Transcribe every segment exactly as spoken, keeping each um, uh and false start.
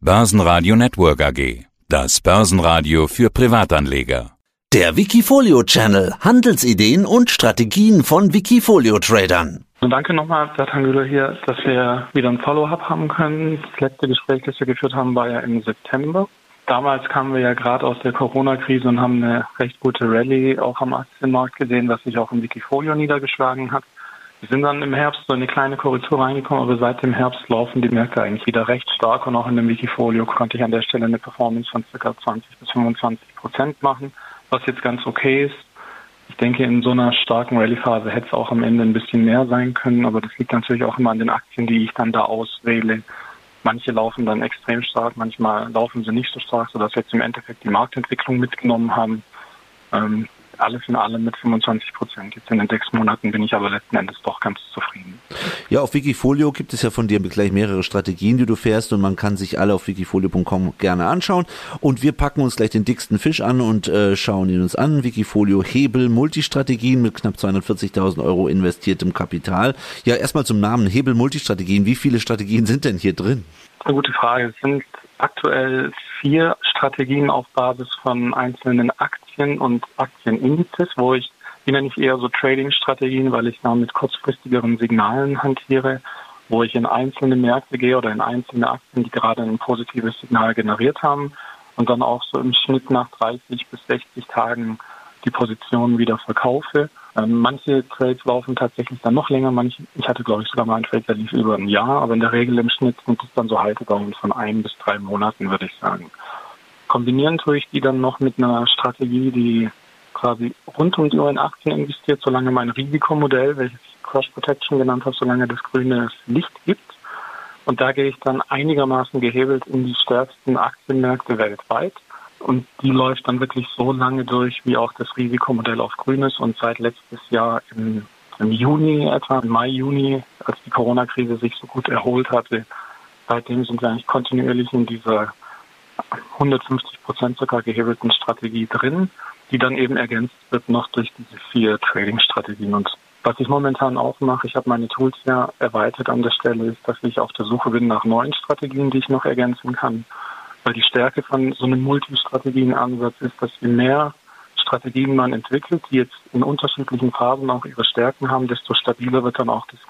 Börsenradio Network A G. Das Börsenradio für Privatanleger. Der Wikifolio-Channel. Handelsideen und Strategien von Wikifolio-Tradern. Und danke nochmal, Bertrand Güler hier, dass wir wieder ein Follow-up haben können. Das letzte Gespräch, das wir geführt haben, war ja im September. Damals kamen wir ja gerade aus der Corona-Krise und haben eine recht gute Rallye auch am Aktienmarkt gesehen, was sich auch im Wikifolio niedergeschlagen hat. Wir sind dann im Herbst so eine kleine Korrektur reingekommen, aber seit dem Herbst laufen die Märkte eigentlich wieder recht stark und auch in dem Wikifolio konnte ich an der Stelle eine Performance von ca. zwanzig bis fünfundzwanzig Prozent machen, was jetzt ganz okay ist. Ich denke, in so einer starken Rallye-Phase hätte es auch am Ende ein bisschen mehr sein können, aber das liegt natürlich auch immer an den Aktien, die ich dann da auswähle. Manche laufen dann extrem stark, manchmal laufen sie nicht so stark, sodass wir jetzt im Endeffekt die Marktentwicklung mitgenommen haben. Ähm, alles in allem mit fünfundzwanzig Prozent. Jetzt in den sechs Monaten bin ich aber letzten Endes doch ganz zufrieden. Ja, auf Wikifolio gibt es ja von dir gleich mehrere Strategien, die du fährst und man kann sich alle auf wikifolio punkt com gerne anschauen. Und wir packen uns gleich den dicksten Fisch an und äh, schauen ihn uns an. Wikifolio Hebel Multistrategien mit knapp zweihundertvierzigtausend Euro investiertem Kapital. Ja, erstmal zum Namen Hebel Multistrategien. Wie viele Strategien sind denn hier drin? Eine gute Frage. Es sind aktuell vier Strategien auf Basis von einzelnen Aktien und Aktienindizes, wo ich, die nenne ich eher so Trading-Strategien, weil ich da mit kurzfristigeren Signalen hantiere, wo ich in einzelne Märkte gehe oder in einzelne Aktien, die gerade ein positives Signal generiert haben und dann auch so im Schnitt nach dreißig bis sechzig Tagen die Positionen wieder verkaufe. Ähm, manche Trades laufen tatsächlich dann noch länger. Manche, ich hatte, glaube ich, sogar mal einen Trade, der lief über ein Jahr, aber in der Regel im Schnitt sind es dann so Haltedauern von ein bis drei Monaten, würde ich sagen. Kombinieren tue ich die dann noch mit einer Strategie, die quasi rund um die Uhr in Aktien investiert, solange mein Risikomodell, welches ich Cross Protection genannt habe, solange das grüne Licht gibt. Und da gehe ich dann einigermaßen gehebelt in die stärksten Aktienmärkte weltweit. Und die läuft dann wirklich so lange durch, wie auch das Risikomodell auf grün ist. Und seit letztes Jahr im, im Juni, etwa im Mai, Juni, als die Corona-Krise sich so gut erholt hatte, seitdem sind wir eigentlich kontinuierlich in dieser hundertfünfzig Prozent sogar gehebelten Strategie drin, die dann eben ergänzt wird noch durch diese vier Trading-Strategien. Und was ich momentan auch mache, ich habe meine Tools ja erweitert an der Stelle, ist, dass ich auf der Suche bin nach neuen Strategien, die ich noch ergänzen kann. Weil die Stärke von so einem Multistrategien-Ansatz ist, dass je mehr Strategien man entwickelt, die jetzt in unterschiedlichen Phasen auch ihre Stärken haben, desto stabiler wird dann auch das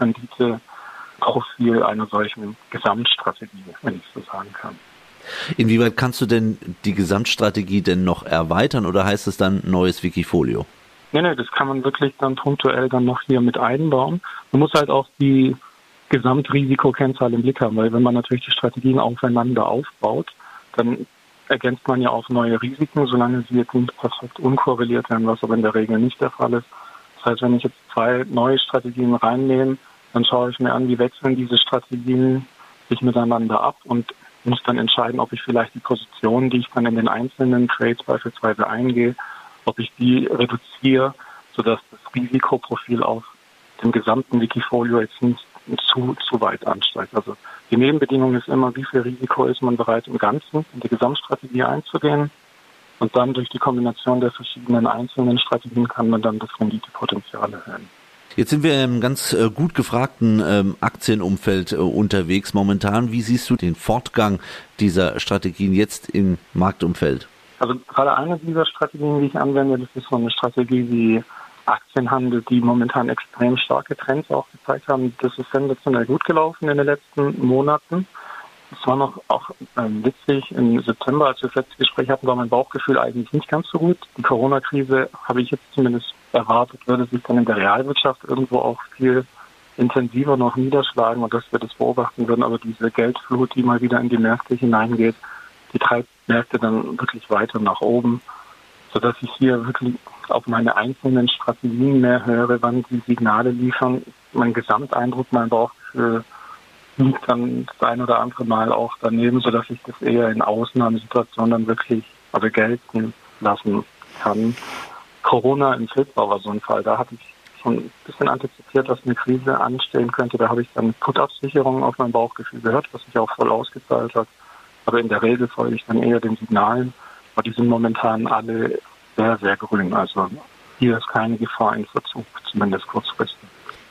Renditeprofil einer solchen Gesamtstrategie, wenn ich so sagen kann. Inwieweit kannst du denn die Gesamtstrategie denn noch erweitern oder heißt es dann neues Wikifolio? Nee, nee, das kann man wirklich dann punktuell dann noch hier mit einbauen. Man muss halt auch die Gesamtrisikokennzahl im Blick haben, weil wenn man natürlich die Strategien aufeinander aufbaut, dann ergänzt man ja auch neue Risiken, solange sie jetzt nicht perfekt unkorreliert werden, was aber in der Regel nicht der Fall ist. Das heißt, wenn ich jetzt zwei neue Strategien reinnehme, dann schaue ich mir an, wie wechseln diese Strategien sich miteinander ab und muss dann entscheiden, ob ich vielleicht die Positionen, die ich dann in den einzelnen Trades beispielsweise eingehe, ob ich die reduziere, sodass das Risikoprofil auf dem gesamten Wikifolio jetzt nicht zu, zu weit ansteigt. Also die Nebenbedingung ist immer, wie viel Risiko ist man bereit, im Ganzen in die Gesamtstrategie einzugehen. Und dann durch die Kombination der verschiedenen einzelnen Strategien kann man dann das Renditepotenzial erhöhen. Jetzt sind wir im ganz äh, gut gefragten ähm, Aktienumfeld äh, unterwegs momentan. Wie siehst du den Fortgang dieser Strategien jetzt im Marktumfeld? Also gerade eine dieser Strategien, die ich anwende, das ist so eine Strategie, die Aktienhandel, die momentan extrem starke Trends auch gezeigt haben. Das ist sensationell gut gelaufen in den letzten Monaten. Es war noch auch ähm, witzig, im September, als wir das letzte Gespräch hatten, war mein Bauchgefühl eigentlich nicht ganz so gut. Die Corona-Krise, habe ich jetzt zumindest erwartet, würde sich dann in der Realwirtschaft irgendwo auch viel intensiver noch niederschlagen und dass wir das beobachten würden. Aber diese Geldflut, die mal wieder in die Märkte hineingeht, die treibt Märkte dann wirklich weiter nach oben, sodass ich hier wirklich auf meine einzelnen Strategien mehr höre, wann die Signale liefern. Mein Gesamteindruck, mein Bauchgefühl liegt dann das ein oder andere Mal auch daneben, sodass ich das eher in Ausnahmesituationen dann wirklich also gelten lassen kann. Corona im Februar war so ein Fall. Da hatte ich schon ein bisschen antizipiert, dass eine Krise anstehen könnte. Da habe ich dann Put-Absicherungen auf mein Bauchgefühl gehört, was sich auch voll ausgezahlt hat. Aber in der Regel folge ich dann eher den Signalen. Aber die sind momentan alle sehr, sehr grün. Also hier ist keine Gefahr in Verzug, zumindest kurzfristig.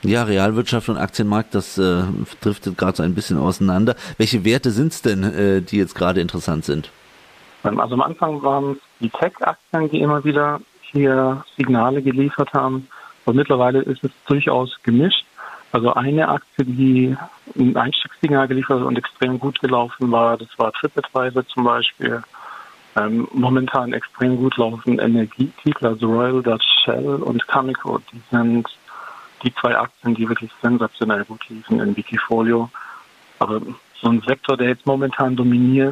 Ja, Realwirtschaft und Aktienmarkt, das äh, driftet gerade so ein bisschen auseinander. Welche Werte sind es denn, äh, die jetzt gerade interessant sind? Also am Anfang waren es die Tech-Aktien, die immer wieder hier Signale geliefert haben. Und mittlerweile ist es durchaus gemischt. Also eine Aktie, die ein Einstiegssignal geliefert hat und extrem gut gelaufen war, das war TripAdvisor zum Beispiel. Ähm, momentan extrem gut laufen Energietitel, also Royal Dutch Shell und Cameco. Die sind die zwei Aktien, die wirklich sensationell gut liefen in Wikifolio. Aber so ein Sektor, der jetzt momentan dominiert,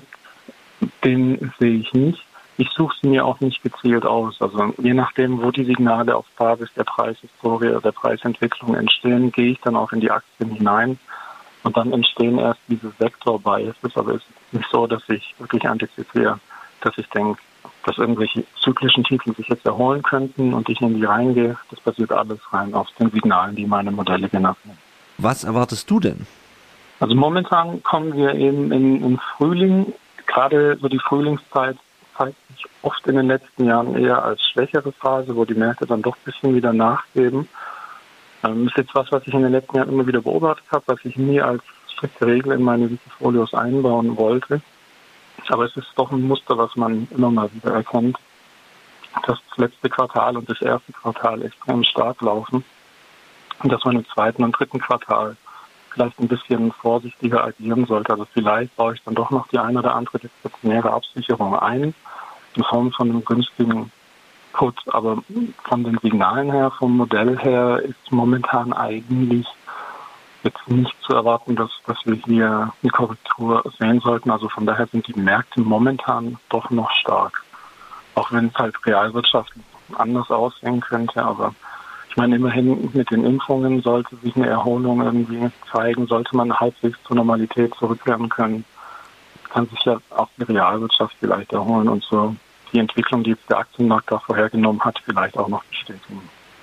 den sehe ich nicht. Ich suche sie mir auch nicht gezielt aus. Also je nachdem, wo die Signale auf Basis der Preishistorie oder der Preisentwicklung entstehen, gehe ich dann auch in die Aktien hinein. Und dann entstehen erst diese Sektor-Biases. Aber es ist nicht so, dass ich wirklich antizipiere, dass ich denke, dass irgendwelche zyklischen Titel sich jetzt erholen könnten und ich in die reingehe. Das basiert alles rein auf den Signalen, die meine Modelle generieren. Was erwartest du denn? Also momentan kommen wir eben in, in Frühling. Gerade so die Frühlingszeit zeigt sich oft in den letzten Jahren eher als schwächere Phase, wo die Märkte dann doch ein bisschen wieder nachgeben. Ähm, ist jetzt was, was ich in den letzten Jahren immer wieder beobachtet habe, was ich nie als strikte Regel in meine Wikifolios einbauen wollte. Aber es ist doch ein Muster, was man immer mal wieder erkennt, dass das letzte Quartal und das erste Quartal extrem stark laufen und dass man im zweiten und dritten Quartal vielleicht ein bisschen vorsichtiger agieren sollte. Also vielleicht baue ich dann doch noch die eine oder andere diskretionäre Absicherung ein in Form von einem günstigen Put. Aber von den Signalen her, vom Modell her ist momentan eigentlich jetzt nicht zu erwarten, dass, dass wir hier eine Korrektur sehen sollten. Also von daher sind die Märkte momentan doch noch stark. Auch wenn es halt realwirtschaftlich anders aussehen könnte, aber ich meine, immerhin mit den Impfungen sollte sich eine Erholung irgendwie zeigen, sollte man halbwegs zur Normalität zurückkehren können, kann sich ja auch die Realwirtschaft vielleicht erholen und so die Entwicklung, die jetzt der Aktienmarkt da vorhergenommen hat, vielleicht auch noch bestätigen.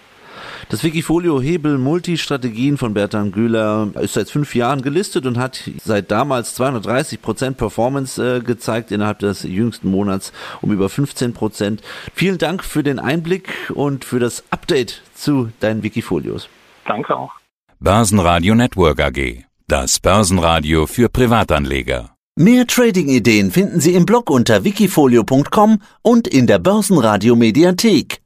Das Wikifolio Hebel Multistrategien von Bertan Güler ist seit fünf Jahren gelistet und hat seit damals zweihundertdreißig Prozent Performance äh, gezeigt, innerhalb des jüngsten Monats um über fünfzehn Prozent. Vielen Dank für den Einblick und für das Update zu deinen Wikifolios. Danke auch. Börsenradio Network A G, das Börsenradio für Privatanleger. Mehr Trading-Ideen finden Sie im Blog unter wikifolio punkt com und in der Börsenradio Mediathek.